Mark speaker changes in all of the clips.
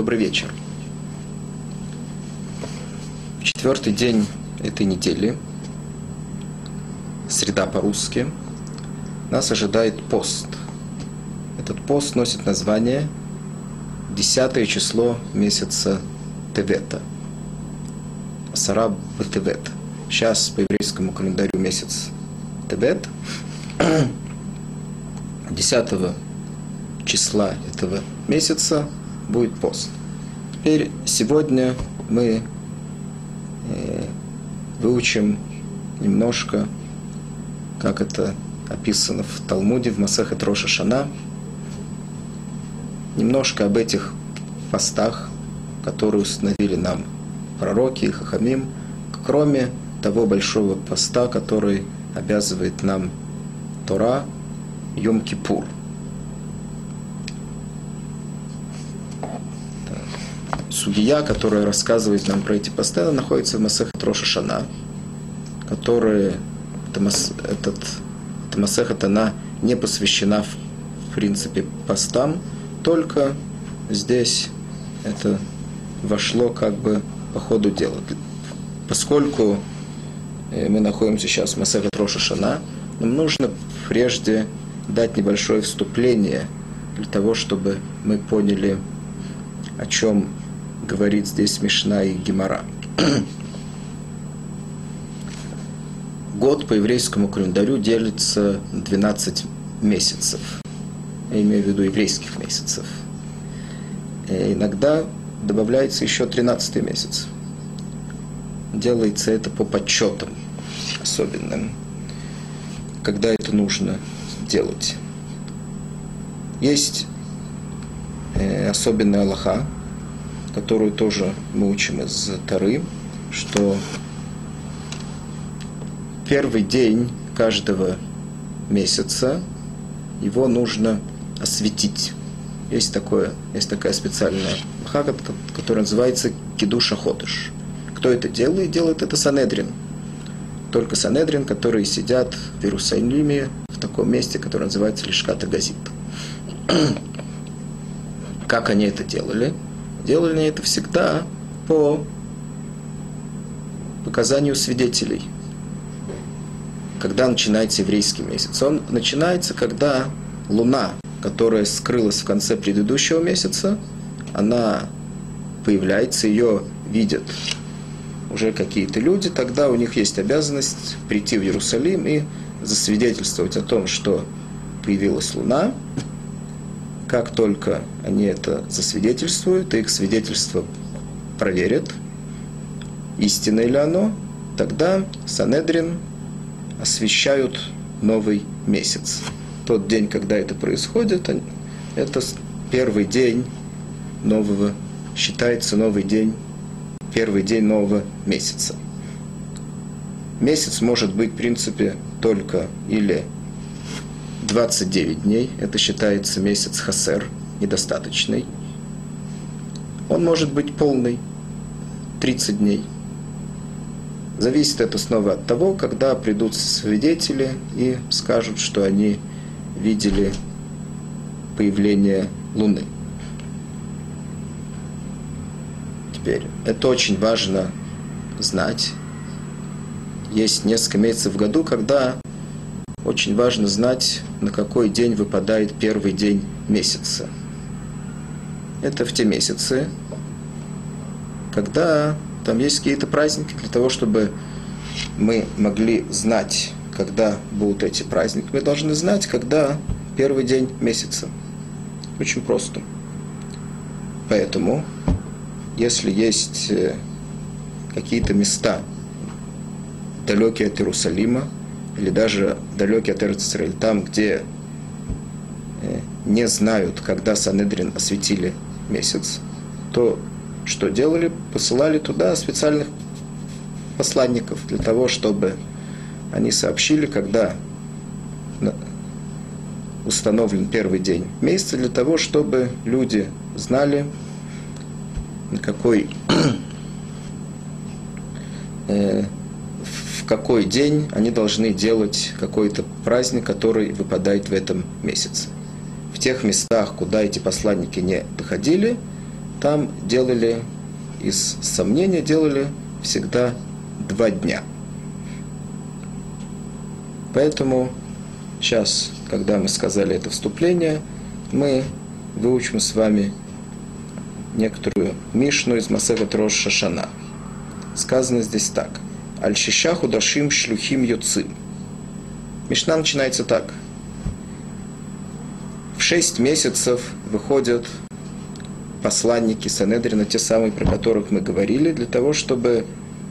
Speaker 1: Добрый вечер. В четвертый день этой недели, среда по-русски, нас ожидает пост. Этот пост носит название 10 число месяца Тевета. Асара б'Тевет. Сейчас по еврейскому календарю месяц Тевет. 10 числа этого месяца будет пост. Теперь сегодня мы выучим немножко, как это описано в Талмуде, в Масехет Рош ха-Шана, немножко об этих постах, которые установили нам пророки и хахамим, кроме того большого поста, который обязывает нам Тора, Йом-Кипур. Сугия, которая рассказывает нам про эти посты, она находится в Масехет Рош ха-Шана, которая, эта Масехет, она не посвящена в принципе постам, только здесь это вошло как бы по ходу дела. Поскольку мы находимся сейчас в Масехет Рош ха-Шана, нам нужно прежде дать небольшое вступление для того, чтобы мы поняли, о чем говорит здесь Мишна и Гемара. Год по еврейскому календарю делится на 12 месяцев. Я имею в виду еврейских месяцев. И иногда добавляется еще 13 месяц. Делается это по подсчетам особенным, когда это нужно делать. Есть особенная алаха, которую тоже мы учим из Торы, что первый день каждого месяца его нужно осветить. Есть такая специальная алаха, которая называется Кидуш ха-Ходеш. Кто это делает? Делает это Санедрин. Только Санедрин, которые сидят в Иерусалиме, в таком месте, которое называется Лишкат ха-Газит. Как они это делали? Делали они это всегда по показанию свидетелей. Когда начинается еврейский месяц? Он начинается, когда луна, которая скрылась в конце предыдущего месяца, она появляется, ее видят уже какие-то люди, тогда у них есть обязанность прийти в Иерусалим и засвидетельствовать о том, что появилась луна. Как только они это засвидетельствуют, и их свидетельство проверят, истинно ли оно, тогда Санедрин освещают новый месяц. Тот день, когда это происходит, это первый день нового, считается новый день, первый день нового месяца. Месяц может быть, в принципе, только или 29 дней, это считается месяц хасер, недостаточный. Он может быть полный, 30 дней. Зависит это снова от того, когда придут свидетели и скажут, что они видели появление Луны. Теперь, это очень важно знать. Есть несколько месяцев в году, когда очень важно знать, на какой день выпадает первый день месяца. Это в те месяцы, когда там есть какие-то праздники, для того, чтобы мы могли знать, когда будут эти праздники. Мы должны знать, когда первый день месяца. Очень просто. Поэтому, если есть какие-то места, далекие от Иерусалима, или даже далекий от Эрец-Исраэль, там, где не знают, когда Санедрин осветили месяц, то что делали? Посылали туда специальных посланников для того, чтобы они сообщили, когда установлен первый день месяца, для того, чтобы люди знали, на какой в какой день они должны делать какой-то праздник, который выпадает в этом месяце. В тех местах, куда эти посланники не доходили, там делали из сомнения, делали всегда 2 дня. Поэтому сейчас, когда мы сказали это вступление, мы выучим с вами некоторую Мишну из Масехет Рош Шашана. Сказано здесь так. Аль-Шиша худашим шлюхим йоцим. Мишна начинается так. В 6 месяцев выходят посланники Санедрина, те самые, про которых мы говорили, для того, чтобы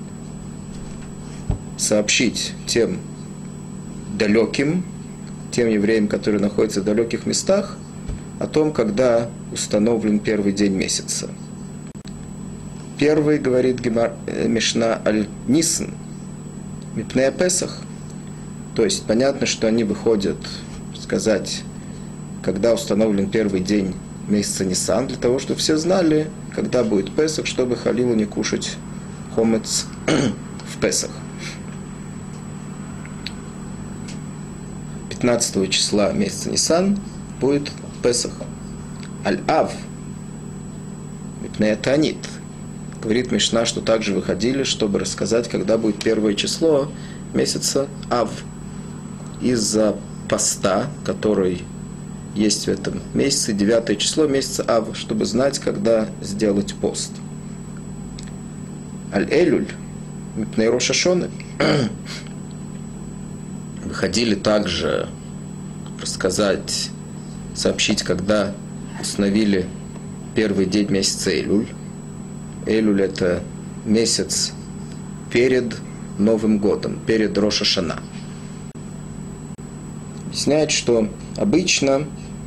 Speaker 1: сообщить тем далеким, тем евреям, которые находятся в далеких местах, о том, когда установлен первый день месяца. Первый, говорит Мишна, Аль-Нисн, Мипнея Песах. То есть понятно, что они выходят сказать, когда установлен первый день месяца Нисан, для того, чтобы все знали, когда будет Песах, чтобы халилу не кушать хомец в Песах. 15 числа месяца Нисан будет Песах. Аль-Ав, Мипнея Таанит. Говорит Мишна, что также выходили, чтобы рассказать, когда будет первое число месяца Ав. Из-за поста, который есть в этом месяце, 9 число месяца Ав, чтобы знать, когда сделать пост. Аль-Элюль, Мипней Рош Хашана. Выходили также рассказать, сообщить, когда установили первый день месяца Элюль. Элюль – это месяц перед Новым годом, перед Рош Хашана. Объясняет, что обычно,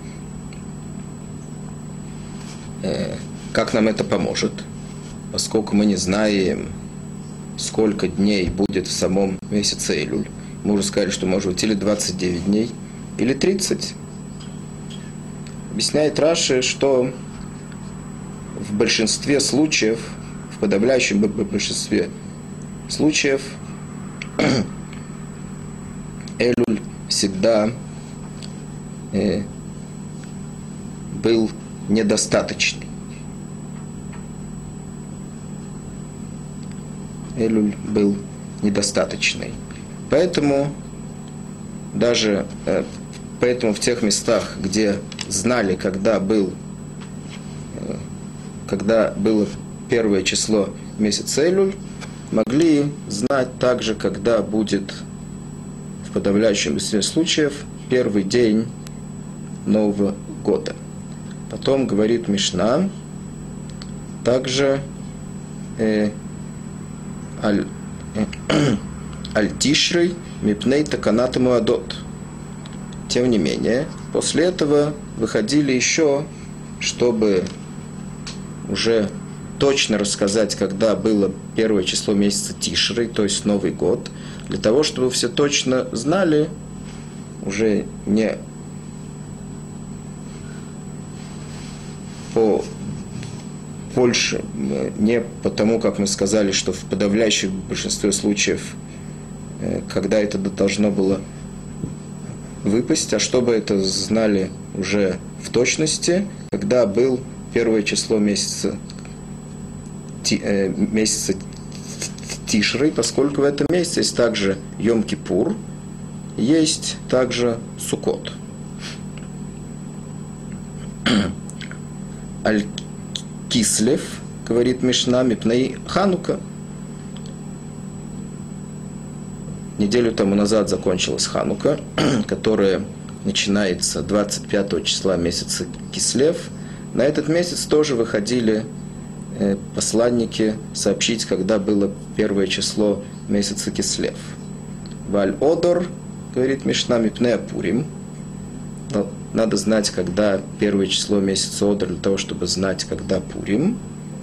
Speaker 1: как нам это поможет, поскольку мы не знаем, сколько дней будет в самом месяце Элюль. Мы уже сказали, что может быть или 29 дней, или 30. Объясняет Раши, что в большинстве случаев, в подавляющем большинстве случаев, Элюль всегда был недостаточный. Элюль был недостаточный. Поэтому даже в тех местах, где знали, когда было первое число месяца Элюль, могли знать также, когда будет в подавляющем большинстве случаев первый день Нового года. Потом говорит Мишна, также Аль-Тишрей Мипней Таканат Муадот. Тем не менее, после этого выходили еще, чтобы уже точно рассказать, когда было первое число месяца Тишрей, то есть Новый год, для того, чтобы все точно знали, уже не не потому, как мы сказали, что в подавляющем большинстве случаев, когда это должно было выпасть, а чтобы это знали уже в точности, когда был первое число месяца Тишрей, поскольку в этом месяце есть также Йом-Кипур, есть также Суккот. Аль-Кислев, говорит Мишна, Мипней Ханука. Неделю тому назад закончилась Ханука, которая начинается 25 числа месяца Кислев. На этот месяц тоже выходили посланники сообщить, когда было первое число месяца Кислев. Валь-Одор, говорит Мишна, Мипней Пурим. Надо знать, когда первое число месяца Одор, для того, чтобы знать, когда Пурим.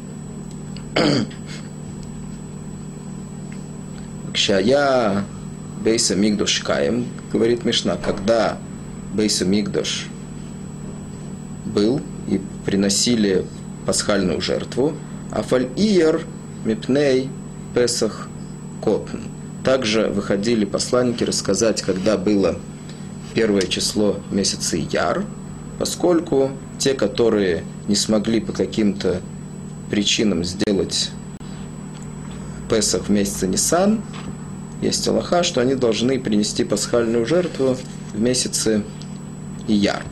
Speaker 1: Кшая Бейса Мигдош Каем, говорит Мишна, когда Бейса Мигдош был и приносили пасхальную жертву, Афаль Иер Мипней Песах Котн. Также выходили посланники рассказать, когда было первое число месяца Яр, поскольку те, которые не смогли по каким-то причинам сделать Песах в месяце Нисан, есть алаха, что они должны принести пасхальную жертву в месяце Ияр.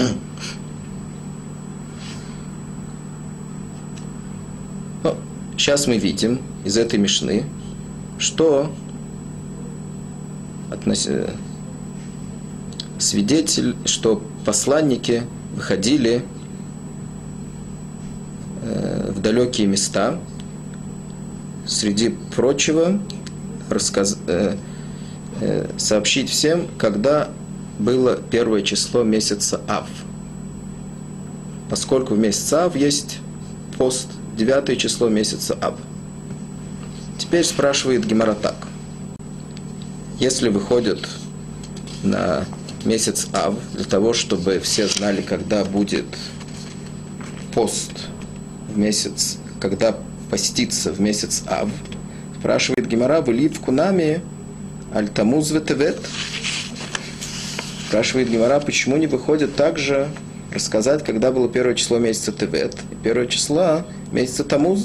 Speaker 1: Сейчас мы видим из этой мишны, что что посланники выходили в далекие места, среди прочего сообщить всем, когда было первое число месяца Ав. Поскольку в месяц Ав есть пост, 9 число месяца Ав. Теперь спрашивает Гемара так. Если выходят на месяц Ав, для того, чтобы все знали, когда будет пост в месяц, когда поститься в месяц Ав, спрашивает Гемара, «Вели в кунами аль-тамуз ветевет?» Спрашивает Гемара, почему не выходит также рассказать, когда было первое число месяца Тевет и первое число месяца Тамуз?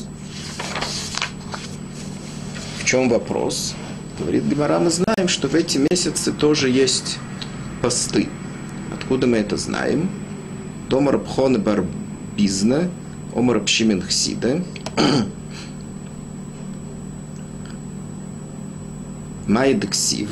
Speaker 1: В чем вопрос? Говорит Гемара, мы знаем, что в эти месяцы тоже есть посты. Откуда мы это знаем? Дома Рабхон бар Бизна, Ома Рабшимин Хсида. Майдексив.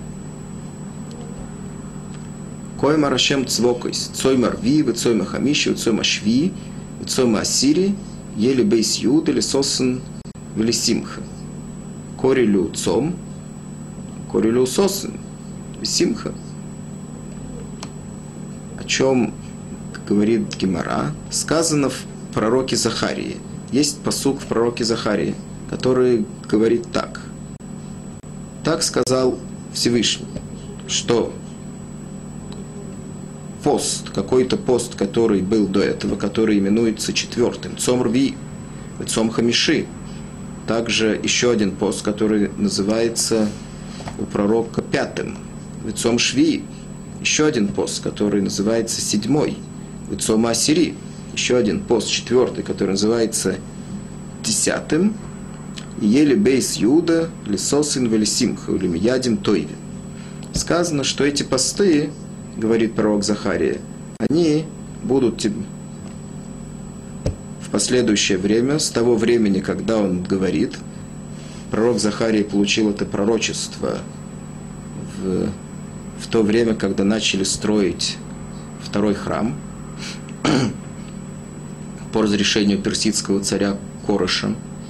Speaker 1: Койма Рашем Цвокойс, Цойма Рви, Цойма Хамиши, Цойма Шви, Цойма Асири, Ели Бейс Юд или Сосен Велисимха. Корилю Цом, Корилю Сосен, Велисимха. О чем говорит Гемара? Сказано в пророке Захарии. Есть пасук в пророке Захарии, который говорит так. Так сказал Всевышний, что пост, какой-то пост, который был до этого, который именуется четвертым, Цом Рви, Цом Хамиши. Также еще один пост, который называется у пророка пятым, Цом Шви. Еще один пост, который называется седьмой, Цом Асири. Еще один пост, четвертый, который называется десятым, Ели Бейс Юда, Лисосин Велисимха, или Миядим Тойве. Сказано, что эти посты, говорит пророк Захария, они будут в последующее время, с того времени, когда он говорит, пророк Захария получил это пророчество в то время, когда начали строить второй храм по разрешению персидского царя Кореша.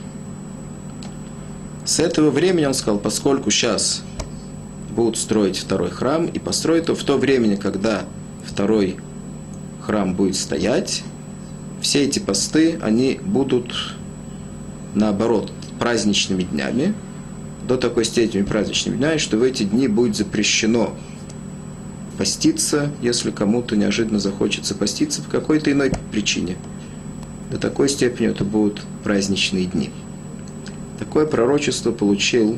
Speaker 1: С этого времени он сказал, поскольку сейчас будут строить второй храм, и построить его в то время, когда второй храм будет стоять, все эти посты, они будут, наоборот, праздничными днями, до такой степени праздничными днями, что в эти дни будет запрещено поститься, если кому-то неожиданно захочется поститься по какой-то иной причине. До такой степени это будут праздничные дни. Такое пророчество получил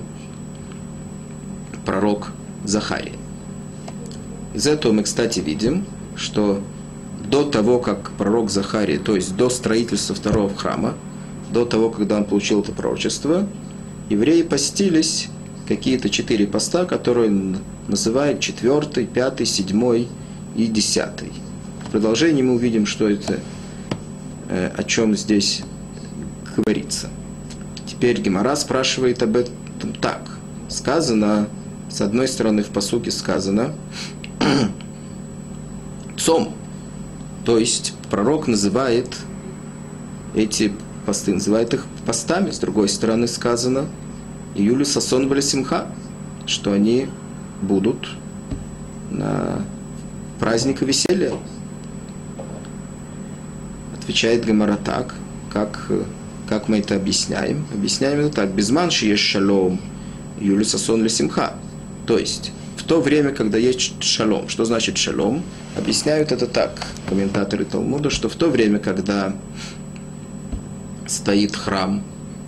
Speaker 1: пророк Захария. Из этого мы, кстати, видим, что до того, как пророк Захария, то есть до строительства второго храма, до того, когда он получил это пророчество, евреи постились какие-то 4 поста, которые называют 4, 5, 7 и 10. В продолжении мы увидим, что это, о чем здесь говорится. Теперь Гемара спрашивает об этом так. Сказано, с одной стороны в пасуке сказано цом, то есть пророк называет эти посты, называет их постами, с другой стороны сказано Июлю Сасон Валесимха, что они будут на праздник и веселье. Отвечает Гемара так, как мы это объясняем. Объясняем это так. Безманши есть шалом, Июлю Сасон Валесимха. То есть, в то время, когда есть шалом. Что значит шалом? Объясняют это так, комментаторы Талмуда, что в то время, когда стоит храм,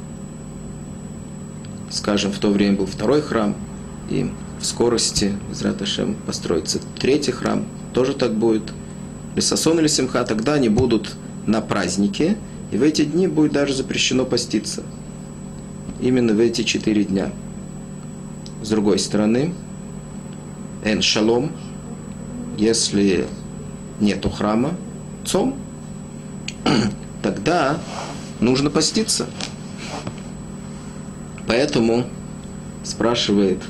Speaker 1: скажем, в то время был второй храм, и в скорости, Израт Ашем, построится третий храм, тоже так будет. Лесасон или Симха, тогда они будут на празднике, И в эти дни будет даже запрещено поститься. Именно в эти 4 дня. С другой стороны, эн шалом, если нету храма, цом, тогда нужно поститься. Поэтому спрашивает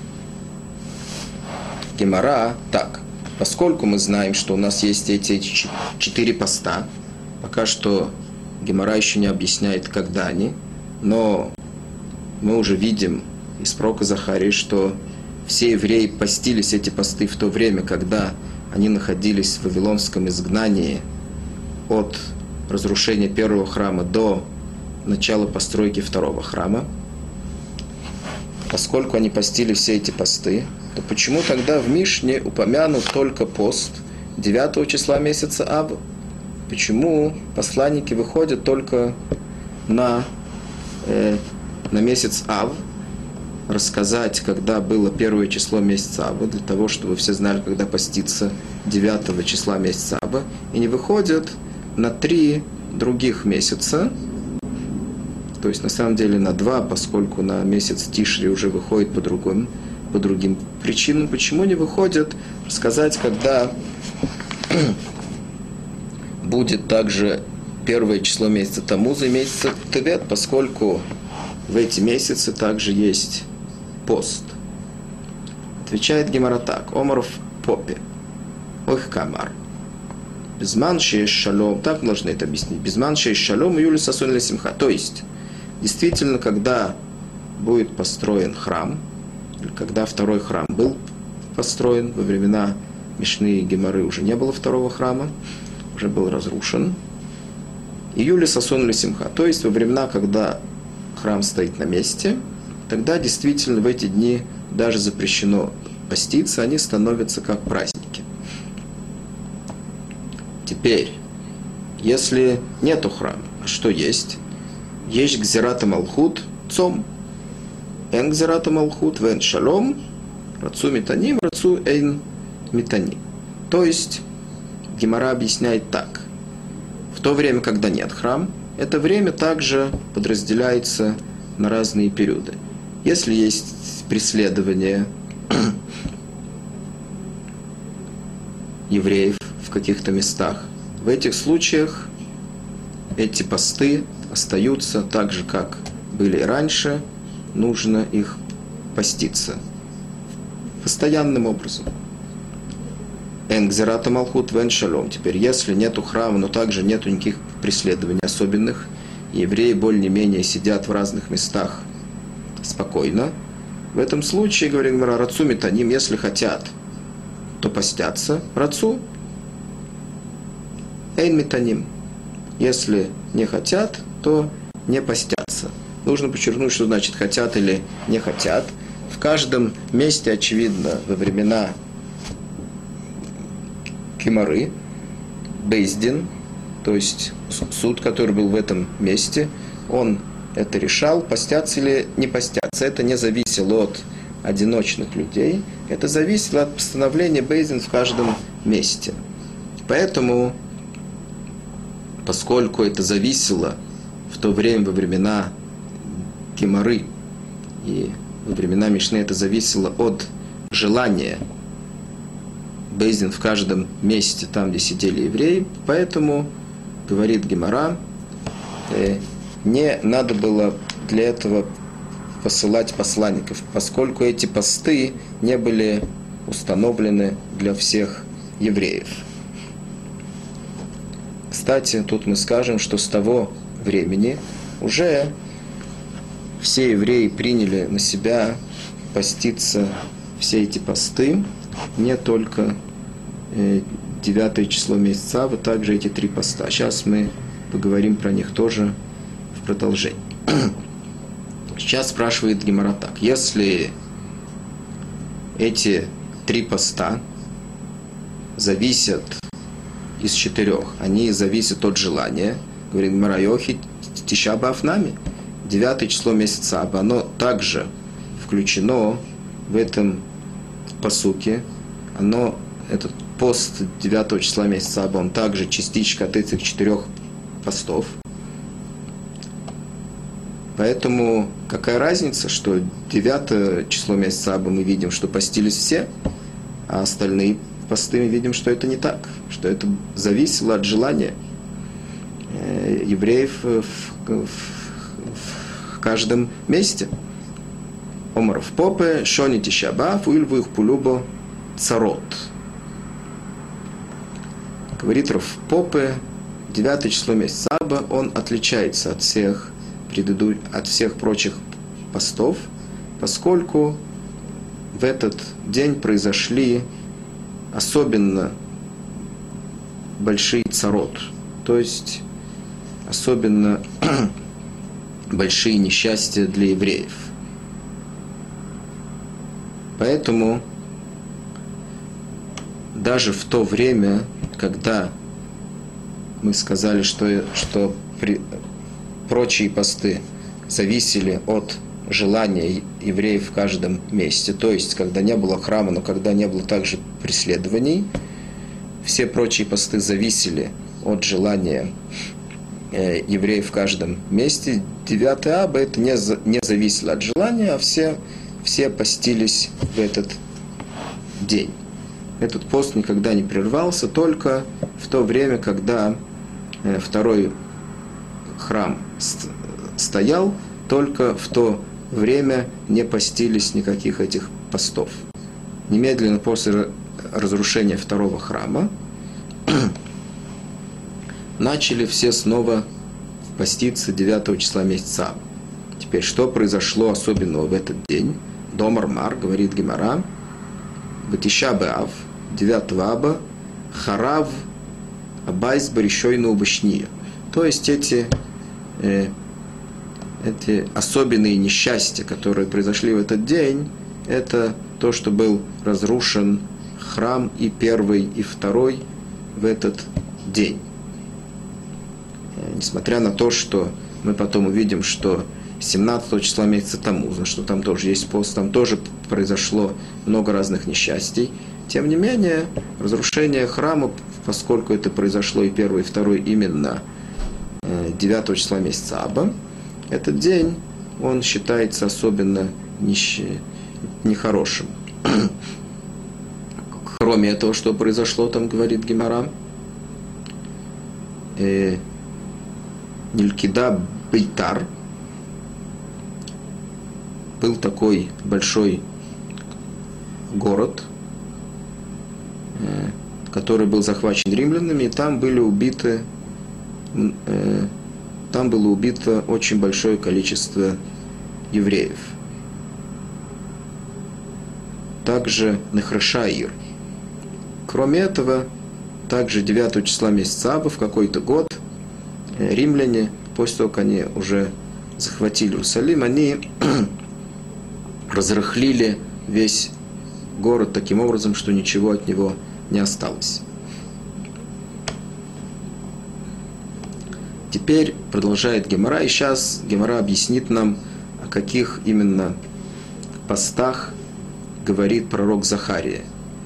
Speaker 1: Гемара так. Поскольку мы знаем, что у нас есть эти 4 поста, пока что Гемара еще не объясняет, когда они, но мы уже видим из пророка Захарии, что все евреи постились эти посты в то время, когда они находились в вавилонском изгнании от разрушения первого храма до начала постройки второго храма. Поскольку они постили все эти посты, то почему тогда в Мишне упомянут только пост 9 числа месяца Ав? Почему посланники выходят только на месяц Ав, рассказать, когда было первое число месяца Ава, для того, чтобы все знали, когда поститься 9 числа месяца Ава, и не выходят на 3 других месяца, то есть на самом деле на 2, поскольку на месяц Тишри уже выходит по другим причинам. Почему не выходят рассказать, когда будет также первое число месяца Тамуза и месяца Тевет, поскольку в эти месяцы также есть пост. Отвечает Гемара так. Омаров попе. Ох камар. Безман шееш шалом. Так можно это объяснить. Безман шееш шалом и юли сасун ле симха. То есть, действительно, когда будет построен храм, или когда второй храм был построен, во времена Мишны и Гемары уже не было второго храма, уже был разрушен. И юли сасун ле симха. То есть, во времена, когда храм стоит на месте, тогда действительно в эти дни даже запрещено поститься, они становятся как праздники. Теперь, если нету храма, а что есть? Есть гзирата малхут, цом. Эн гзирата малхут, вен шалом, рацу митаним, рацу эйн митаним. То есть, Гемара объясняет так. В то время, когда нет храма, это время также подразделяется на разные периоды. Если есть преследование евреев в каких-то местах, в этих случаях эти посты остаются так же, как были раньше, нужно их поститься постоянным образом. Эн гзирата малхут вен шалом. Теперь, если нету храма, но также нету никаких преследований особенных, и евреи более-менее сидят в разных местах спокойно, в этом случае, говорим, рацу метаним, если хотят, то постятся. Рацу эйн метаним. Если не хотят, то не постятся. Нужно подчеркнуть, что значит хотят или не хотят. В каждом месте, очевидно, во времена Гемары, Бейздин, то есть суд, который был в этом месте, он это решал, постятся или не постятся. Это не зависело от одиночных людей, это зависело от постановления Бейздин в каждом месте. Поэтому, поскольку это зависело в то время, во времена Гемары, и во времена Мишны это зависело от желания Бейздин в каждом месте, там, где сидели евреи, поэтому, говорит Гемара, не надо было для этого посылать посланников, поскольку эти посты не были установлены для всех евреев. Кстати, тут мы скажем, что с того времени уже все евреи приняли на себя поститься все эти посты, не только 9 число месяца, а также эти 3 поста. Сейчас мы поговорим про них тоже в продолжении. Сейчас спрашивает Гемара так. Если эти 3 поста зависят из 4, они зависят от желания, говорит Гемара, Йохи Тиша б'Ав нами, 9 число месяца Ав, оно также включено в этом пасуке, этот пост 9 числа месяца Ав, он также частичка от этих 4 постов. Поэтому какая разница, что 9 число месяца Аба мы видим, что постились все, а остальные посты мы видим, что это не так, что это зависело от желания евреев в каждом месте. Омар в попе, шони тишабав, уильву их пулюбо царот. Говорит Рав Попе, 9 число месяца Аба, он отличается от всех прочих постов, поскольку в этот день произошли особенно большие царот, то есть особенно большие несчастья для евреев. Поэтому даже в то время, когда мы сказали, что прочие посты зависели от желания евреев в каждом месте, то есть когда не было храма, но когда не было также преследований, все прочие посты зависели от желания евреев в каждом месте. 9 Аба это не зависело от желания, а все постились в этот день. Этот пост никогда не прервался, только в то время, когда второй храм стоял, только в то время не постились никаких этих постов. Немедленно после разрушения второго храма начали все снова поститься 9 числа месяца. Теперь, что произошло особенного в этот день? Домар Мар, говорит Гемара, Ватиша Беав, 9 Аба, Харав, Абайс Баришойну Убашния. То есть эти особенные несчастья, которые произошли в этот день, это то, что был разрушен храм и первый, и второй в этот день. Несмотря на то, что мы потом увидим, что 17 числа месяца Тамуза, что там тоже есть пост, там тоже произошло много разных несчастий. Тем не менее, разрушение храма, поскольку это произошло и первый, и второй именно 9 числа месяца Аба, этот день, он считается особенно нехорошим. Кроме этого, что произошло, там говорит Гемара, Нилькида Бейтар, был такой большой город, который был захвачен римлянами, и там было убито очень большое количество евреев. Также Нехрашаир. Кроме этого, также 9 числа месяца Аба в какой-то год римляне, после того, как они уже захватили Иерусалим, они разрыхлили весь город таким образом, что ничего от него не осталось. Теперь продолжает Гемара, и сейчас Гемара объяснит нам, о каких именно постах говорит пророк Захария,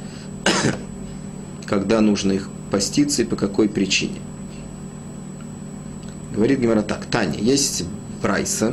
Speaker 1: когда нужно их поститься и по какой причине. Говорит Гемара так: Таня, есть Брайса,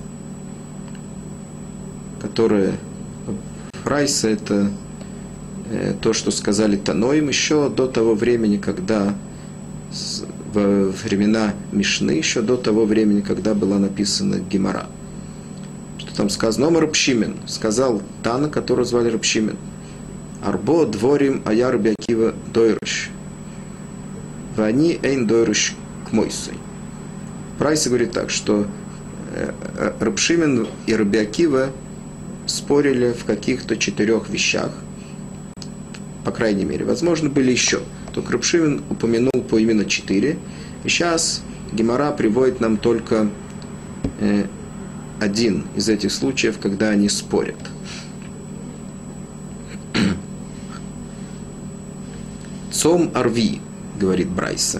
Speaker 1: которая... Брайса — это то, что сказали Таноим еще до того времени, когда во времена Мишны, еще до того времени, когда была написана Гемара. Что там сказано? Омар Рав Шимон, сказал Тана, которого звали Рав Шимон: Арбо дворим ая Раби Акива дойруш, вани эйн дойруш к Мойсой. Брайса говорит так, что Рав Шимон и Раби Акива спорили в каких-то 4 вещах, по крайней мере. Возможно, были еще. Только Рав Шимон упомянул поименно 4. И сейчас Гемара приводит нам только один из этих случаев, когда они спорят. Цом Арви, говорит Брайса.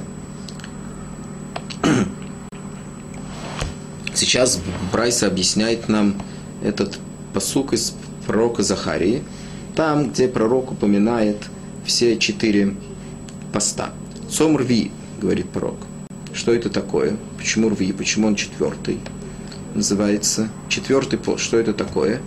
Speaker 1: Сейчас Брайса объясняет нам этот пасук из пророка Захарии, там, где пророк упоминает все 4 поста. Цом Рви, говорит пророк. Что это такое? Почему Рви? Почему он 4-й? называется четвертый пост. Что это такое?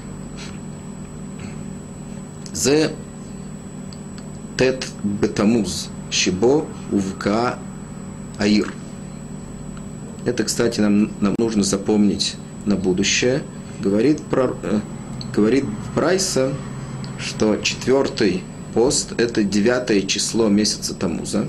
Speaker 1: Зе тет бетамуз шибо увка аир. Это, кстати, нам нужно запомнить на будущее. Говорит Брайса, что четвертый пост – это 9 число месяца Тамуза.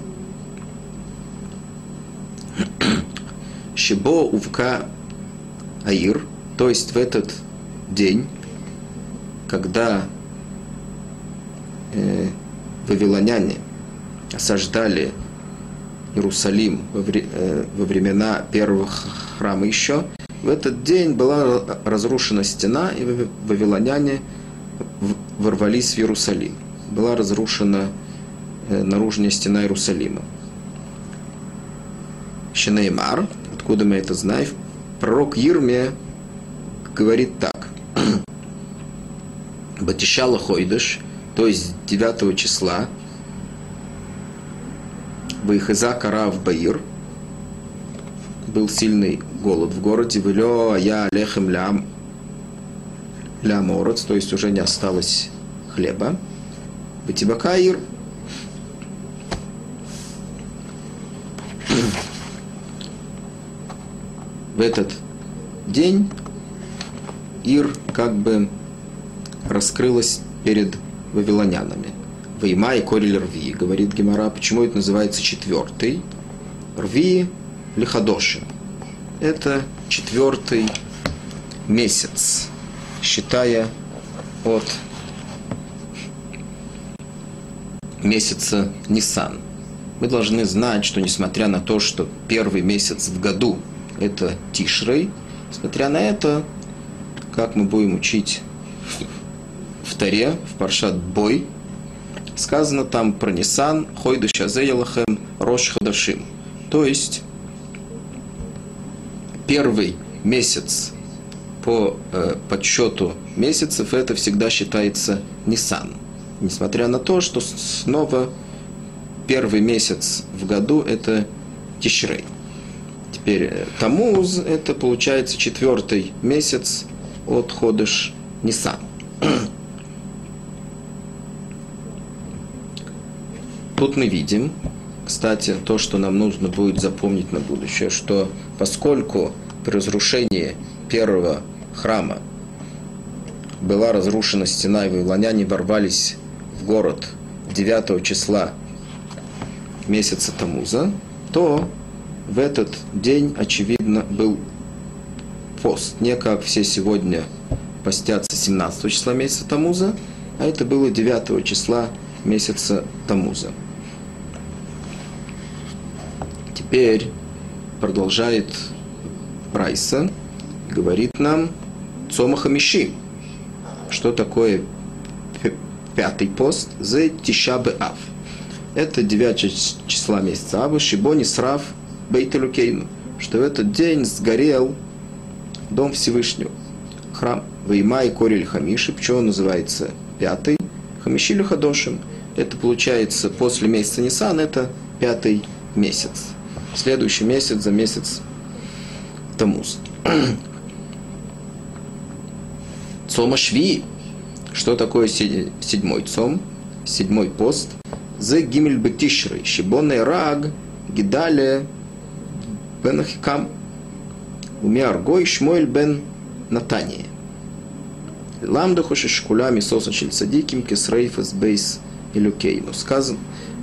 Speaker 1: Шибо увка аир, то есть в этот день, когда вавилоняне осаждали Иерусалим во времена первых храма еще, в этот день была разрушена стена, и вавилоняне ворвались в Иерусалим. Была разрушена наружная стена Иерусалима. Шинеймар, откуда мы это знаем, пророк Йирмия говорит так. Батишала Хойдыш, то есть 9 числа, Вайхеза Карав Баир, был сильный голод в городе, Вылё я лехем ляморец, то есть уже не осталось хлеба. Батибакаир. В этот день Ир как бы раскрылась перед вавилонянами. Вейма и корель рви, говорит Гемара. Почему это называется четвертый? Рви лихадоши. Это четвертый месяц, считая от месяца Нисан. Мы должны знать, что несмотря на то, что первый месяц в году это Тишрей, несмотря на это, как мы будем учить в Торе, в Паршат Бой, сказано там про Нисан, Хойду Шазеялахем, Рош Хадашим. То есть первый месяц по подсчету месяцев это всегда считается Нисан. Несмотря на то, что снова первый месяц в году это Тишрей. Теперь Тамуз это получается четвертый месяц от Ходыш Нисан. Тут мы видим, кстати, то, что нам нужно будет запомнить на будущее, что поскольку при разрушении первого храма была разрушена стена, и вавилоняне ворвались в город 9 числа месяца Тамуза, то в этот день, очевидно, был пост. Не как все сегодня постятся 17 числа месяца Тамуза, а это было 9 числа месяца Тамуза. Теперь продолжает Брайса, говорит нам Цома Хамиши. Что такое пятый пост? Зе Тиша Беав. Это 9 числа месяца Ава, Шибони Срав Бейт Элокейну, что в этот день сгорел Дом Всевышнего, храм. Вейма и Корель Хамиши, почему он называется пятый? Хамиши Люхадошим. Это получается после месяца Нисан, это 5 месяц. Следующий месяц за месяц Тамуз. Цома Шви. Что такое 7-й цом? 7-й пост. Зе Гимель Бетишрей. Шибонный Раг. Гидале бен Ахикам. Умиаргой Шмуэль бен Натания. Ламдаху шишкуля мисоса шельцадиким кесрейфас бейс илюкейну. Сказан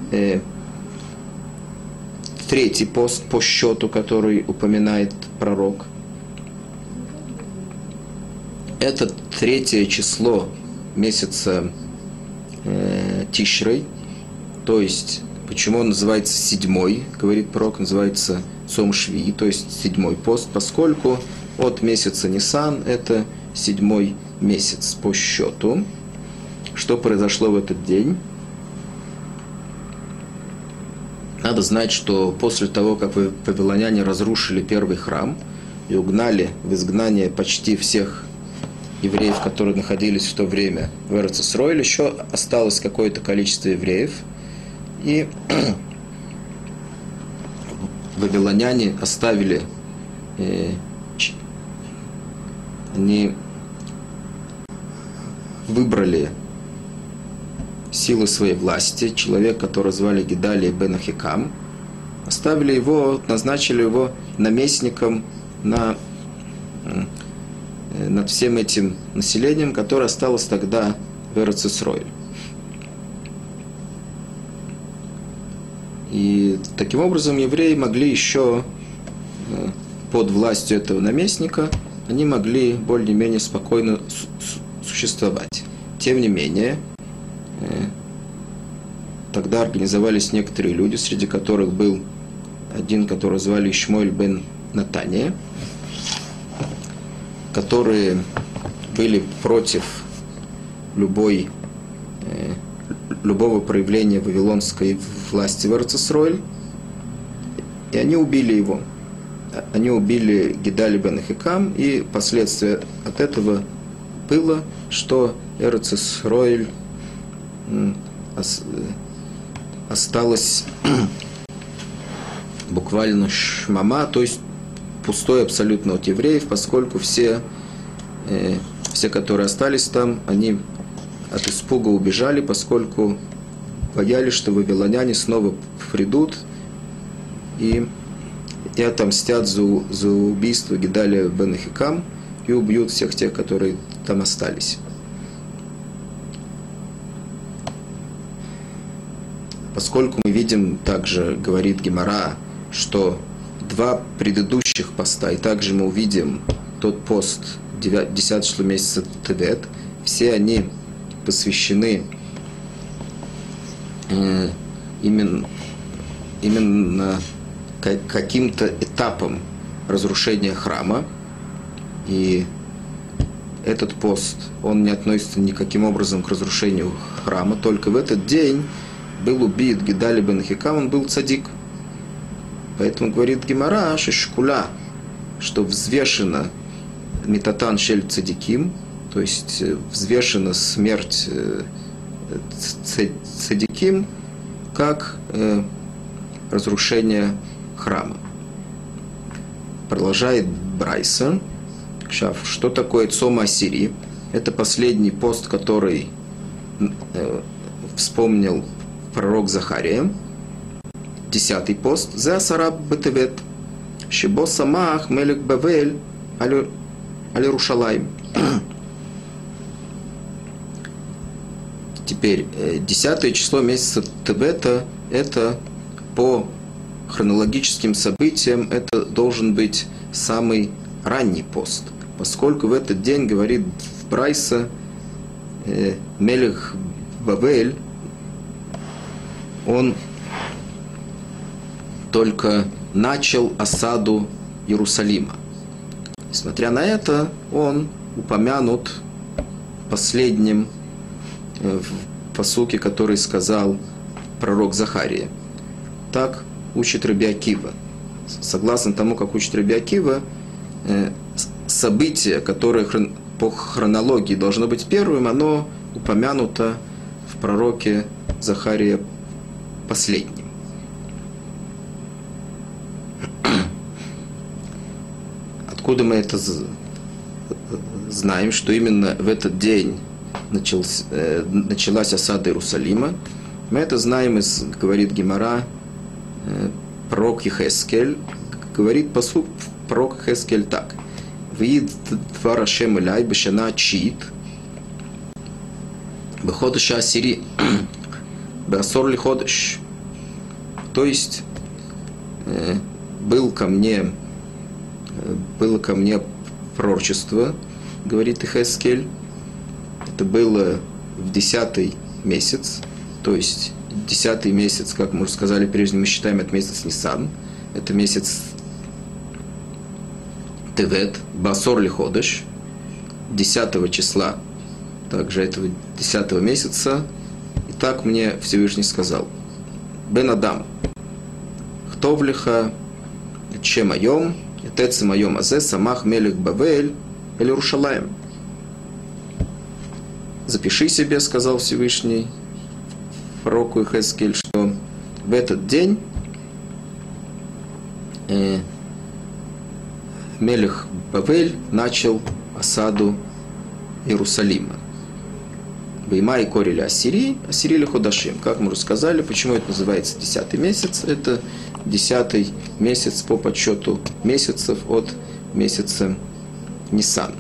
Speaker 1: третий пост по счету, который упоминает пророк. Это 3 число месяца Тишрей. То есть, почему он называется 7-й, говорит пророк, называется Цом Шви, то есть 7-й пост, поскольку от месяца Нисан это 7-й месяц по счету. Что произошло в этот день? Надо знать, что после того, как вавилоняне разрушили первый храм и угнали в изгнание почти всех евреев, которые находились в то время в Эрец-Исроэль, еще осталось какое-то количество евреев. И вавилоняне оставили они выбрали силы своей власти, человек, которого звали Гедалия бен Ахикам, оставили его, назначили его наместником над всем этим населением, которое осталось тогда в Эрец Исроэль. И таким образом евреи могли еще под властью этого наместника, они могли более-менее спокойно существовать. Тем не менее, тогда организовались некоторые люди, среди которых был один, которого звали Ишмоэль бен Натания, которые были против любого проявления вавилонской власти в Эрец Исроэль, и они убили его. Они убили Гедалию бен Ахикам, и последствия от этого было, что Эрец Исроэль осталось буквально шмама, то есть пустой абсолютно от евреев, поскольку все, которые остались там, они от испуга убежали, поскольку боялись, что вавилоняне снова придут и отомстят за убийство Гедалия бен Ахикам и убьют всех тех, которые там остались. Поскольку мы видим, также говорит Гемара, что два предыдущих поста, и также мы увидим тот пост 10 число месяца Тевет, все они посвящены именно каким-то этапам разрушения храма. И этот пост, он не относится никаким образом к разрушению храма, только в этот день был убит Гедалия бен Ахикам, он был цадик. Поэтому говорит Гемара, шешкуля, что взвешена метатан шель цадиким, то есть взвешена смерть цадиким, как разрушение храма. Продолжает Брайса. Что такое Цома Ассирии? Это последний пост, который вспомнил пророк Захария. 10-й пост. «Зе асара бетевет, шебо самах мелек Бавель аль Иерушалаим». Теперь, 10 число месяца Тевета, это по хронологическим событиям, это должен быть самый ранний пост, поскольку в этот день, говорит Брайса, Мелех Бавель, он только начал осаду Иерусалима. Несмотря на это, он упомянут последним в пасуке, который сказал пророк Захария. Так учит Раби Акива. Согласно тому, как учит Раби Акива, событие, которое по хронологии должно быть первым, оно упомянуто в пророке Захария последним. Откуда мы это знаем, что именно в этот день началась осада Иерусалима? Мы это знаем из, говорит Гемара, пророк Йехескель, говорит пасук пророк Йехескель так: «Виид двар Ашем эляй бешана чиит, беходеш асири, беасор ли ходеш». То есть было ко мне пророчество, говорит Йехескель, это было в 10-й месяц, то есть 10-й месяц, как мы уже сказали прежде, мы считаем это месяц Нисан, это месяц Тевет, Басор ли ходеш, 10 числа, также этого 10 месяца, и так мне Всевышний сказал: Бен Адам, хтовлиха чем айом, тецем айом азе, самах мелех Бавель, эль Иерушалаим. Запиши себе, сказал Всевышний пророку Йехескель, что в этот день Мелех Бавель начал осаду Иерусалима. Вейма и корили Ассирии, Ассирили Ходашим. Как мы уже сказали, почему это называется 10-й месяц? Это 10-й месяц по подсчету месяцев от месяца Нисан.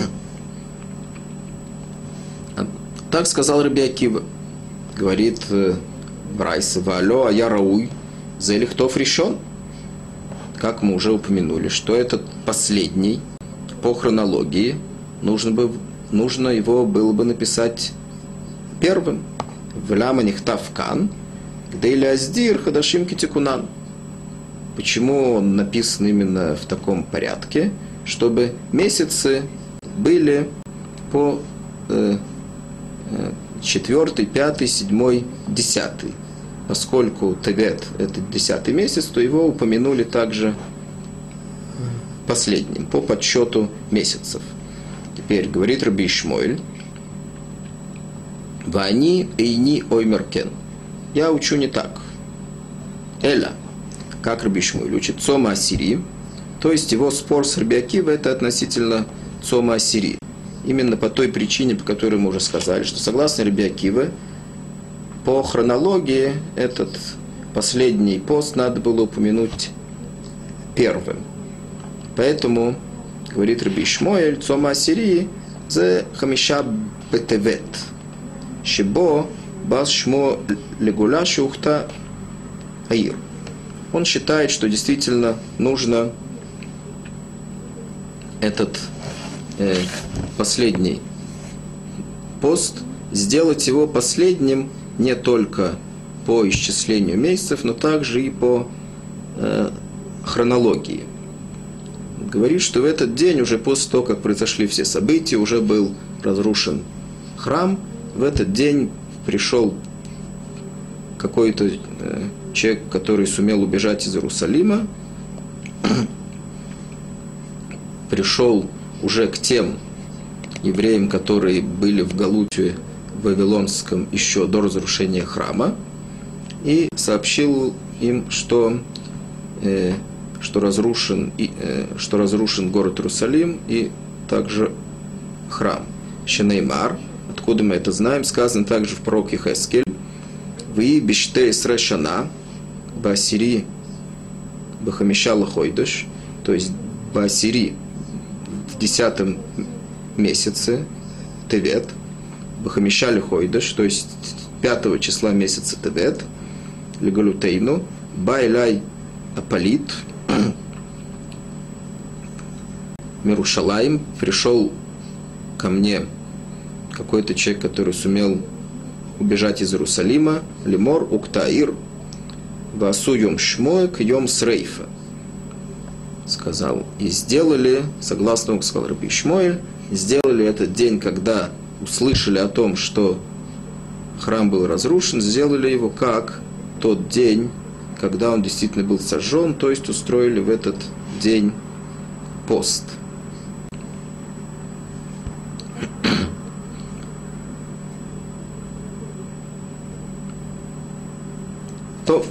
Speaker 1: Так сказал Раби Акива. Говорит Брайса: «Ваалё, а я рауй, зелихтов решен». Как мы уже упомянули, что этот последний по хронологии, нужно его было бы написать первым. «Вляма нихтав кан, где ляздир хадашим китикунан». Почему он написан именно в таком порядке? Чтобы месяцы были по 4, 5, 7, 10. Поскольку Тевет – это 10-й месяц, то его упомянули также последним, по подсчету месяцев. Теперь говорит Раби Ишмоэль: «Вани эйни оймеркен». Я учу не так. Эля, как Раби Ишмоэль учит, Цома Ассирии, то есть его спор с Раби Акивой – это относительно Цома Ассирии. Именно по той причине, по которой мы уже сказали, что согласно Раби Акиве, по хронологии этот последний пост надо было упомянуть первым. Поэтому, говорит Раби Ишмоэль, Цома Ассирии зе хамиша бетевет, шебо бас шмо легуля шухта аир. Он считает, что действительно нужно этот последний пост сделать его последним не только по исчислению месяцев, но также и по хронологии. Говорит, что в этот день, уже после того, как произошли все события, уже был разрушен храм, в этот день пришел какой-то человек, который сумел убежать из Иерусалима, пришел уже к тем евреям, которые были в Галуте Вавилонском еще до разрушения храма, и сообщил им, что разрушен город Иерусалим и также храм. Шенеймар, откуда мы это знаем, сказано также в пророке Хескель: «Вы биштей срешана баасири бахамишала хойдыш», то есть баасири в 10 месяце Тевет, бахамишали хойдыш, то есть 5 числа месяца Тевет, легалютейну, байлай апалит, Мирушалаим, пришел ко мне какой-то человек, который сумел убежать из Иерусалима, лимор уктаир васу йом шмоек йом срейфа. Сказал, и сделали, согласно, как сказал Раби Ишмоэль, сделали этот день, когда услышали о том, что храм был разрушен, сделали его как тот день, когда он действительно был сожжен, то есть устроили в этот день пост. То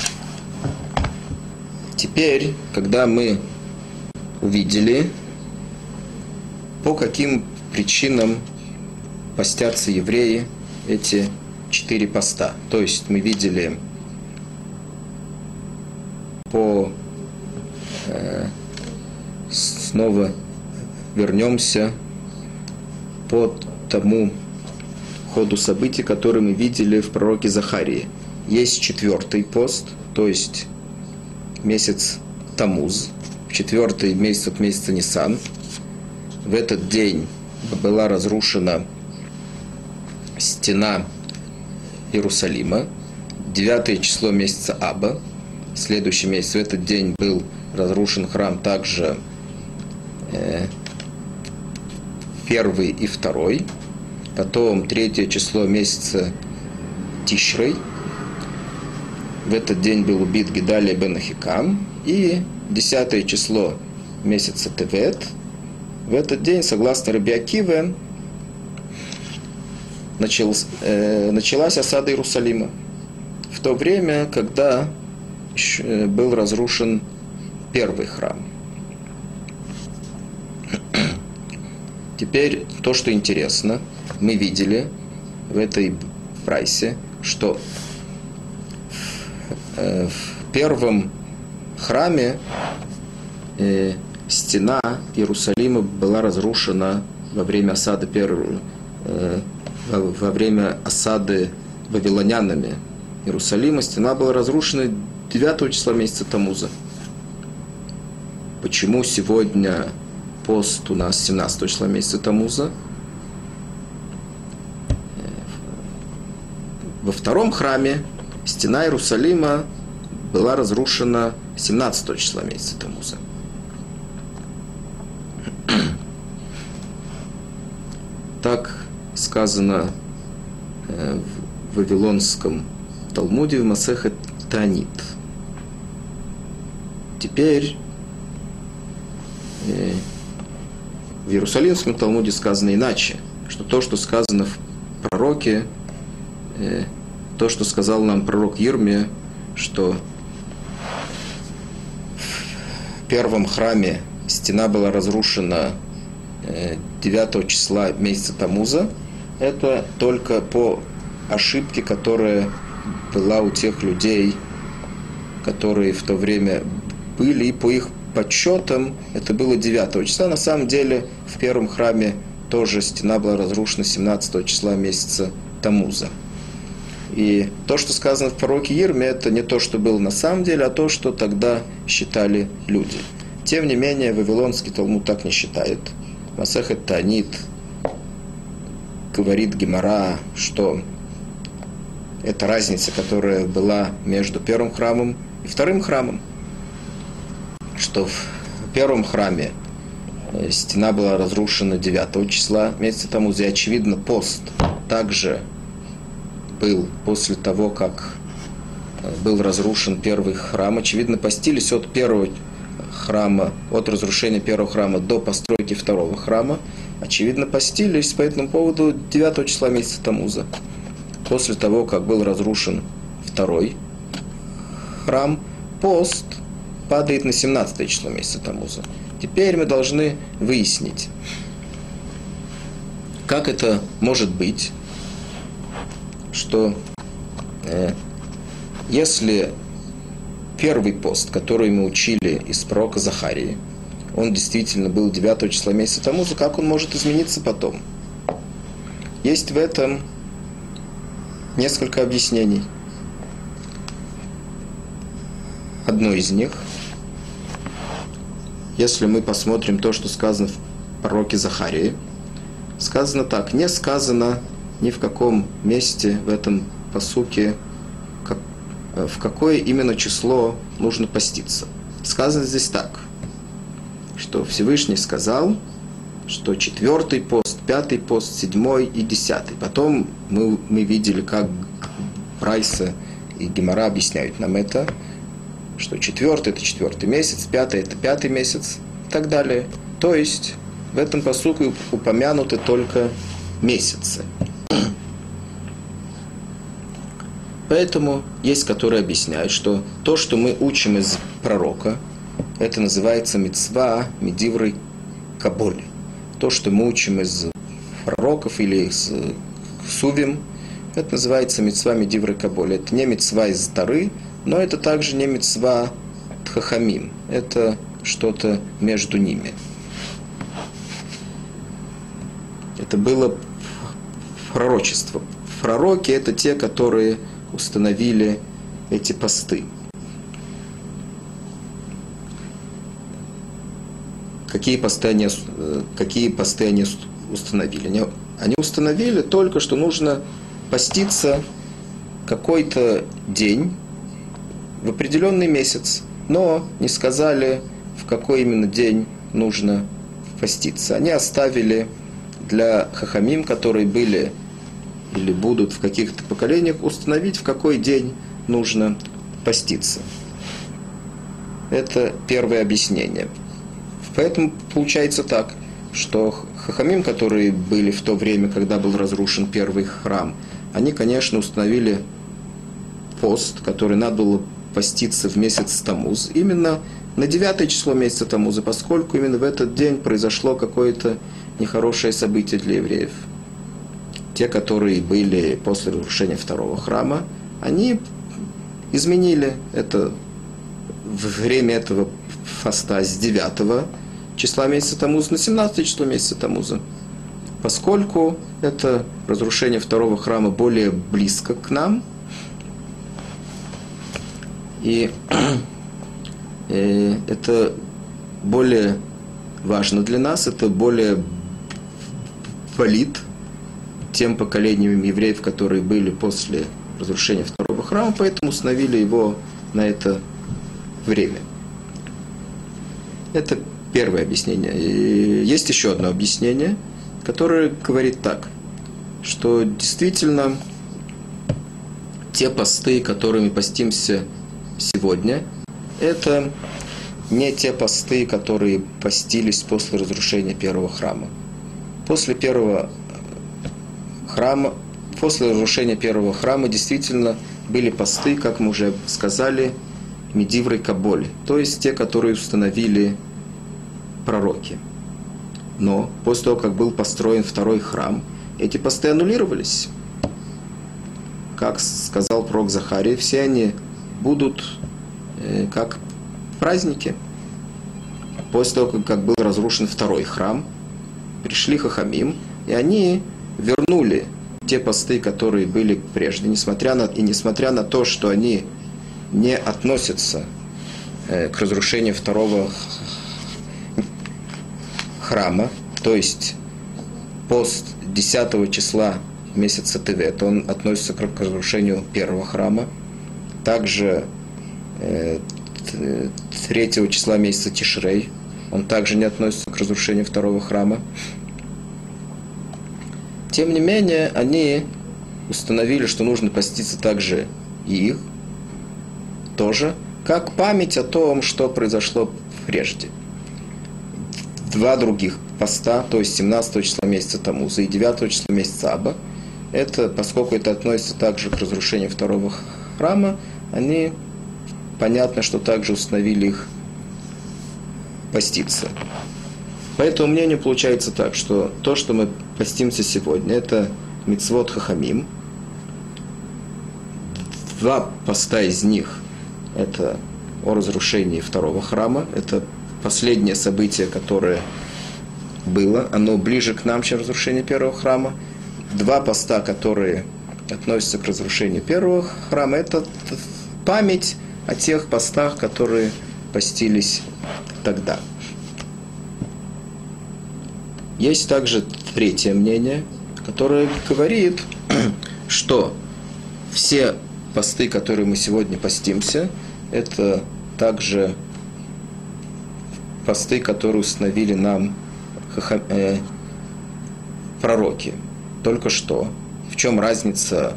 Speaker 1: теперь, когда мы увидели, по каким причинам постятся евреи эти 4 поста, то есть мы видели снова вернемся по тому ходу событий, который мы видели в пророке Захарии. Есть 4-й пост, то есть месяц Тамуз, 4-й месяц от месяца Нисан. В этот день была разрушена стена Иерусалима. 9 число месяца Аба, следующий месяц, в этот день был разрушен храм также 1 и 2. Потом 3 число месяца Тишрей. В этот день был убит Гедалия бен Ахикам. И 10 число месяца Тевет. В этот день, согласно Раби Акиве, началась осада Иерусалима. В то время, когда был разрушен первый храм. Теперь то, что интересно, мы видели в этой прайсе, что в первом храме стена Иерусалима была разрушена во время осады вавилонянами Иерусалима. Стена была разрушена 9 числа месяца Тамуза. Почему сегодня пост у нас 17 числа месяца Тамуза? Во втором храме стена Иерусалима была разрушена 17 числа месяца Тамуза. Так сказано в Вавилонском Талмуде в Масехет Таанит. Теперь в Иерусалимском Талмуде сказано иначе, что то, что сказано в пророке, то, что сказал нам пророк Йирмия, что в первом храме стена была разрушена 9 числа месяца Тамуза, это только по ошибке, которая была у тех людей, которые в то время были, и по их подсчетам это было 9 числа. На самом деле в первом храме тоже стена была разрушена 17 числа месяца Тамуза. И то, что сказано в пророке Йирмии, это не то, что было на самом деле, а то, что тогда считали люди. Тем не менее, Вавилонский Талмуд так не считает. Масехет Таанит говорит Гемара, что это разница, которая была между первым храмом и вторым храмом. Что в первом храме стена была разрушена 9 числа месяца Тамуза, и, очевидно, пост также был после того, как был разрушен первый храм. Очевидно, постились от первого храма, от разрушения первого храма до постройки второго храма. Очевидно, постились по этому поводу 9 числа месяца Тамуза. После того, как был разрушен второй храм, пост падает на 17 число месяца Тамуза. Теперь мы должны выяснить, как это может быть, что если первый пост, который мы учили из пророка Захарии, он действительно был 9 числа месяца Тамуза, как он может измениться потом? Есть в этом несколько объяснений. Одно из них, если мы посмотрим то, что сказано в пророке Захарии, сказано так: не сказано ни в каком месте в этом пасуке, в какое именно число нужно поститься. Сказано здесь так, что Всевышний сказал, что 4-й пост, 5-й пост, 7-й и 10-й. Потом мы видели, как Прайса и Гемара объясняют нам это, что 4-й это 4-й месяц, 5-й это 5-й месяц и так далее. То есть в этом пасуке упомянуты только месяцы. Поэтому есть, которые объясняют, что то, что мы учим из пророка, это называется мицва медиврей каболь. То, что мы учим из пророков или из сувим, это называется мицва медиврей каболь. Это не мицва из Торы, но это также не мицва тхахамим. Это что-то между ними. Это было пророчество. Пророки – это те, которые установили эти посты. Какие посты они установили? Они установили только, что нужно поститься какой-то день в определенный месяц, но не сказали, в какой именно день нужно поститься. Они оставили для хахамим, которые были или будут в каких-то поколениях, установить, в какой день нужно поститься. Это первое объяснение. Поэтому получается так, что хахамим, которые были в то время, когда был разрушен первый храм, они, конечно, установили пост, который надо было поститься в месяц Тамуз, именно на 9 число месяца Тамуза, поскольку именно в этот день произошло какое-то нехорошее событие для евреев. Те, которые были после разрушения второго храма, они изменили это время этого фаста с 9 числа месяца Тамуза на 17 число месяца Тамуза. Поскольку это разрушение второго храма более близко к нам, и это более важно для нас, это более болит тем поколениям евреев, которые были после разрушения второго храма, поэтому установили его на это время. Это первое объяснение. И есть еще одно объяснение, которое говорит так, что действительно те посты, которыми постимся сегодня, это не те посты, которые постились после разрушения первого храма. После разрушения первого храма действительно были посты, как мы уже сказали, медиврой каболи, то есть те, которые установили пророки. Но после того, как был построен второй храм, эти посты аннулировались. Как сказал пророк Захария, все они будут как праздники. После того, как был разрушен второй храм, пришли хахамим, и они вернули те посты, которые были прежде, несмотря на то, что они не относятся к разрушению второго храма, то есть пост 10 числа месяца Тевет, он относится к разрушению первого храма, также 3 числа месяца Тишрей, он также не относится к разрушению второго храма. Тем не менее, они установили, что нужно поститься также и их, тоже, как память о том, что произошло прежде. 2 других поста, то есть 17 числа месяца Тамуза и 9 числа месяца Аба, это, поскольку это относится также к разрушению второго храма, они, понятно, что также установили их поститься. По этому мнению получается так, что то, что мы постимся сегодня, это мицвот хахамим. 2 поста из них это о разрушении второго храма. Это последнее событие, которое было. Оно ближе к нам, чем разрушение первого храма. 2 поста, которые относятся к разрушению первого храма, это память о тех постах, которые постились тогда. Есть также третье мнение, которое говорит, что все посты, которые мы сегодня постимся, это также посты, которые установили нам пророки. Только что. В чем разница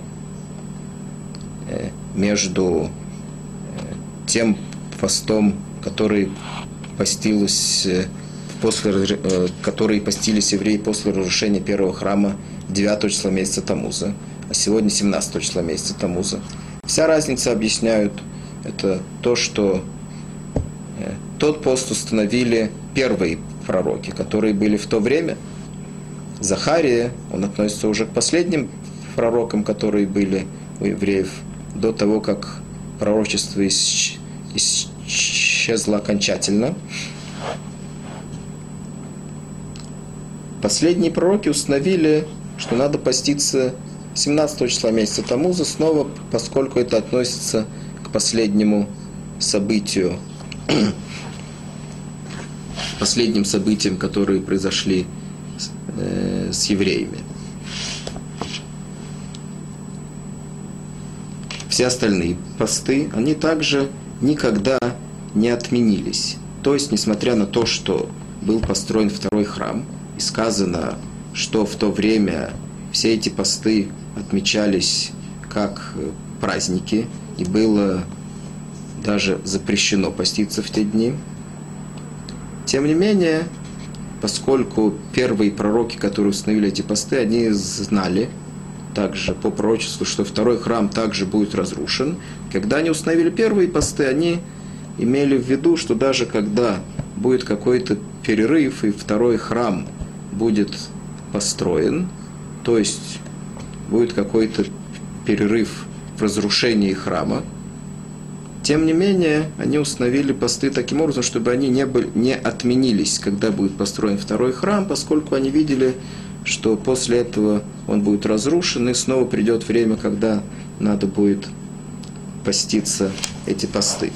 Speaker 1: между тем постом, который постились евреи после разрушения первого храма 9 числа месяца Тамуза, а сегодня 17 числа месяца Тамуза. Вся разница, объясняют, это то, что тот пост установили первые пророки, которые были в то время. Захария, он относится уже к последним пророкам, которые были у евреев до того, как пророчество исчезло окончательно. Последние пророки установили, что надо поститься 17 числа месяца Тамуза снова, поскольку это относится к последнему событию, последним событиям, которые произошли с евреями. Все остальные посты, они также никогда не отменились. То есть, несмотря на то, что был построен второй храм, и сказано, что в то время все эти посты отмечались как праздники, и было даже запрещено поститься в те дни. Тем не менее, поскольку первые пророки, которые установили эти посты, они знали также по пророчеству, что второй храм также будет разрушен. Когда они установили первые посты, они имели в виду, что даже когда будет какой-то перерыв и второй храм будет построен, то есть будет какой-то перерыв в разрушении храма. Тем не менее, они установили посты таким образом, чтобы они не отменились, когда будет построен второй храм, поскольку они видели, что после этого он будет разрушен, и снова придет время, когда надо будет поститься эти посты.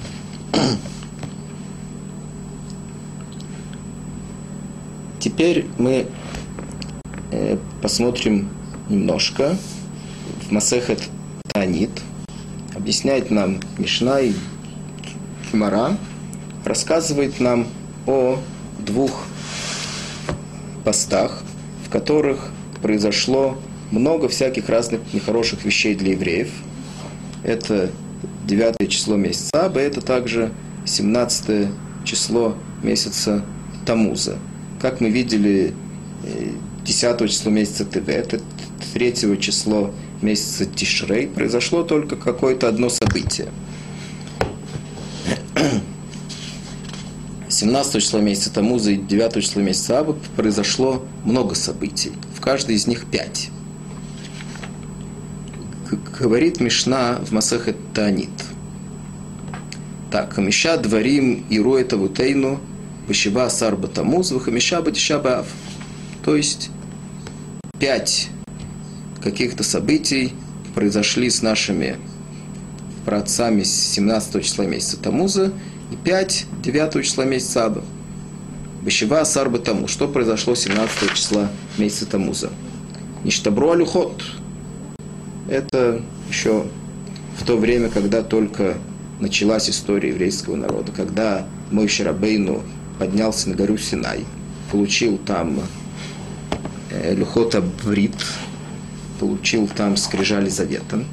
Speaker 1: Теперь мы посмотрим немножко в Масехет Таанит. Объясняет нам Мишна и Гемара, рассказывает нам о двух постах, в которых произошло много всяких разных нехороших вещей для евреев. Это 9 число месяца Аба, это также 17 число месяца Тамуза. Как мы видели, 10 число месяца Тевет, 3 число месяца Тишрей произошло только какое-то одно событие. 17 числа месяца Тамуза и 9 числа месяца Аба произошло много событий. В каждой из них 5. Говорит Мишна в Масехет Таанит. Так, Хамиша дворим иру тавутейну вышива сарба Тамуз вахамиша батиша баав. То есть 5 каких-то событий произошли с нашими праотцами с 17 числа месяца Тамуза и 5 9 числа месяца Аба. Вышива сарба Тамуз. Что произошло 17 числа месяца Тамуза? Ништабру алюхот. Это еще в то время, когда только началась история еврейского народа, когда Моше Рабейну поднялся на гору Синай, получил там Люхот Абрит, получил там скрижали завета.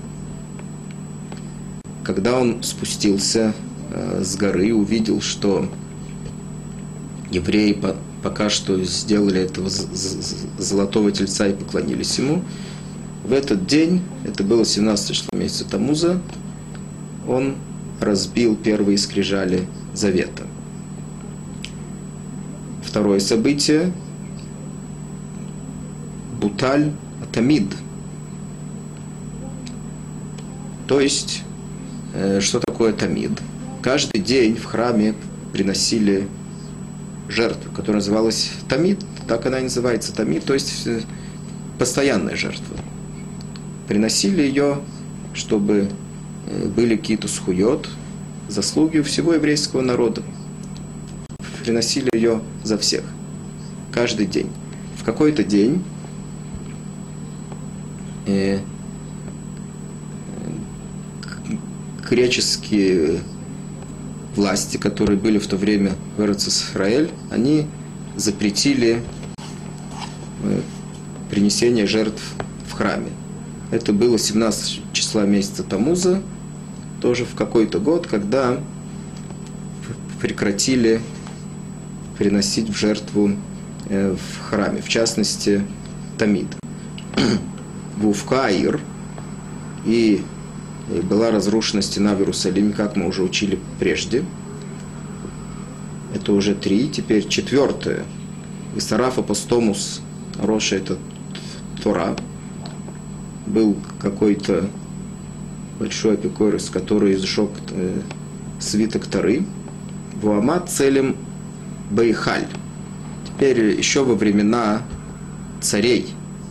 Speaker 1: Когда он спустился с горы, увидел, что евреи пока что сделали этого золотого тельца и поклонились ему, в этот день, это было 17 число месяца Тамуза, он разбил первые скрижали завета. Второе событие – Буталь Атамид. То есть, что такое Тамид? Каждый день в храме приносили жертву, которая называлась Тамид. Так она и называется, Тамид, то есть постоянная жертва. Приносили ее, чтобы были какие-то схуйот, заслуги у всего еврейского народа. Приносили ее за всех. Каждый день. В какой-то день греческие власти, которые были в то время в Эрец-Исраэль, они запретили принесение жертв в храме. Это было 17 числа месяца Тамуза, тоже в какой-то год, когда прекратили приносить в жертву в храме, в частности, Тамид. Вувкаир, и была разрушена стена в Иерусалиме, как мы уже учили прежде. Это уже 3, теперь 4. Висараф апостомус Роша, это Тора. Был какой-то большой апикорис, который сжег свиток Торы. Вуамат целем Бейхаль. Теперь еще во времена царей,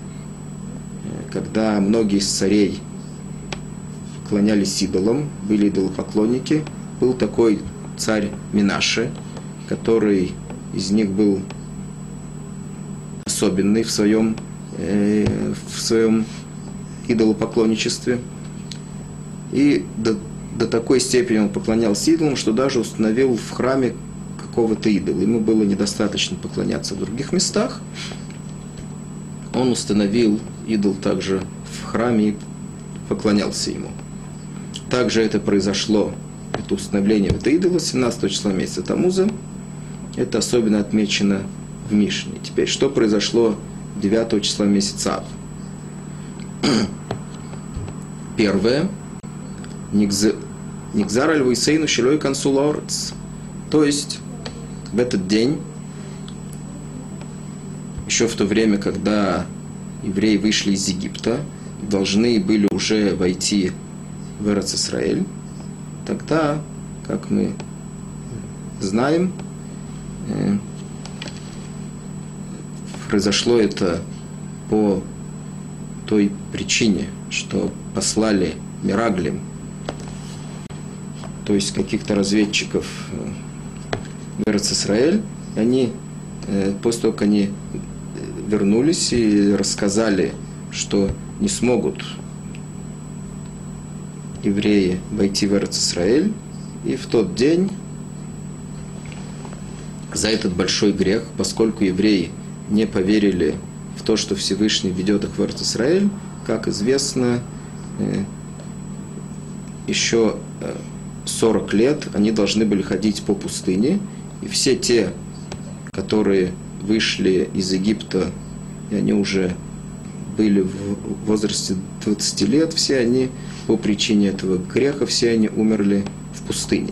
Speaker 1: когда многие из царей поклонялись идолам, были идолопоклонники, был такой царь Минаше, который из них был особенный в своем идолопоклонничестве. И до такой степени он поклонялся идолам, что даже установил в храме какого-то идола. Ему было недостаточно поклоняться в других местах. Он установил идол также в храме и поклонялся ему. Также это произошло, это установление этого идола 17 числа месяца Тамуза. Это особенно отмечено в Мишне. Теперь, что произошло 9 числа месяца Ав? Первое. Нигзар аль-Вейсейну шилой консулорец. То есть, в этот день еще в то время, когда евреи вышли из Египта, должны были уже войти в Эрец-Исраэль, тогда, как мы знаем, произошло это по той причине, что послали Мираглим, то есть каких-то разведчиков в Эрец-Исраэль, и они, после того, как они вернулись и рассказали, что не смогут евреи войти в Эрец-Исраэль, и в тот день за этот большой грех, поскольку евреи не поверили в то, что Всевышний ведет их в Эрец-Исраэль, как известно, еще 40 лет они должны были ходить по пустыне, и все те, которые вышли из Египта, и они уже были в возрасте 20 лет, все они по причине этого греха, все они умерли в пустыне.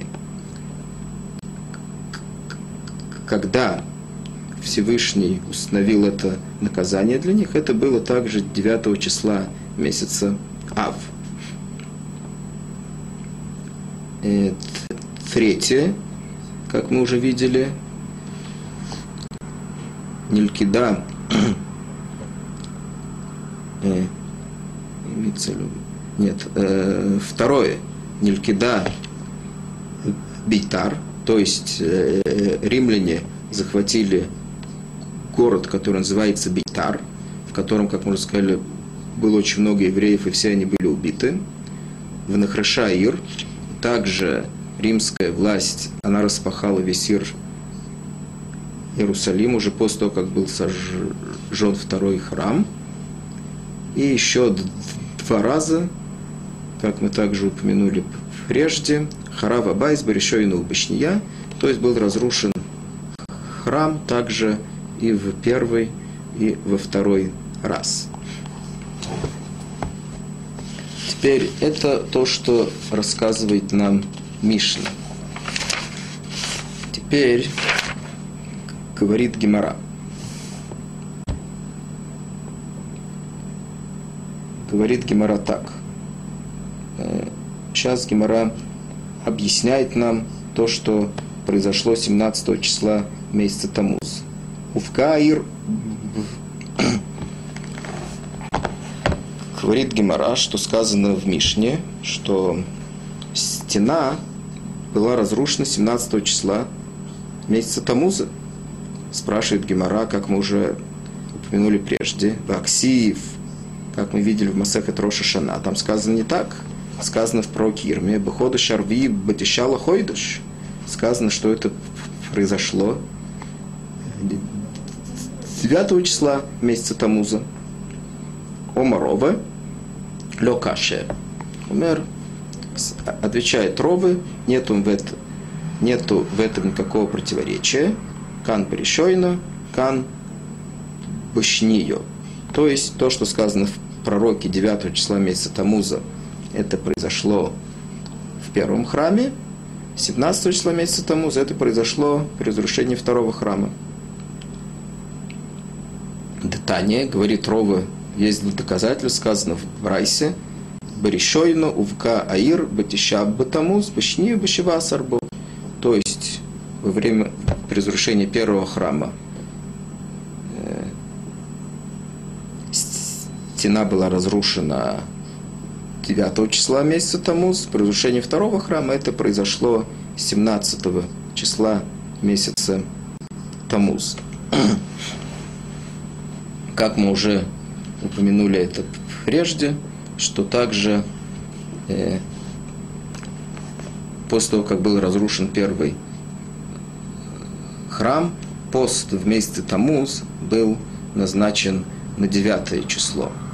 Speaker 1: Когда Всевышний установил это наказание для них, это было также 9 числа месяца Ав. И третье, как мы уже видели, Нилькида, второе, Нилькида Бейтар, то есть римляне захватили город, который называется Бейтар, в котором, как мы уже сказали, было очень много евреев, и все они были убиты. В Нахрешаир также римская власть, она распахала весь Иерусалим уже после того, как был сожжен второй храм. И еще 2 раза, как мы также упомянули прежде, Харав Абайс Баришойну Башния, то есть был разрушен храм также и в первый, и во второй раз. Теперь это то, что рассказывает нам Мишна. Теперь говорит Гемара. Говорит Гемара так. Сейчас Гемара объясняет нам то, что произошло 17 числа месяца Тамуз. Увкаир. Говорит Гемара, что сказано в Мишне, что стена была разрушена 17 числа месяца Тамуза. Спрашивает Гемара, как мы уже упомянули прежде, Ваксиев, как мы видели в Масехет Рош ха-Шана, там сказано не так. Сказано в пророке Ирме, Бехода Шарви Батишала Хойдуш. Сказано, что это произошло 9 числа месяца Тамуза. Омарова Лёкаше. Умер. Отвечает Ровы, нету в этом никакого противоречия. Кан Паришойна, Кан Башниё. То есть то, что сказано в пророке 9 числа месяца Тамуза, это произошло в первом храме. 17 числа месяца Тамуза это произошло при разрушении второго храма. Детание, говорит Рова, есть доказательства, сказано в Брайсе, Баришойно, Увка Аир, Батишаб Батамуз, Башни Башива Сарбо. То есть во время разрушения первого храма стена была разрушена 9 числа месяца Тамуз, при разрушении второго храма это произошло 17 числа месяца Тамуз. Как мы уже упомянули это прежде, что также после того, как был разрушен первый храм, пост в месяце Тамуз был назначен на 9 число.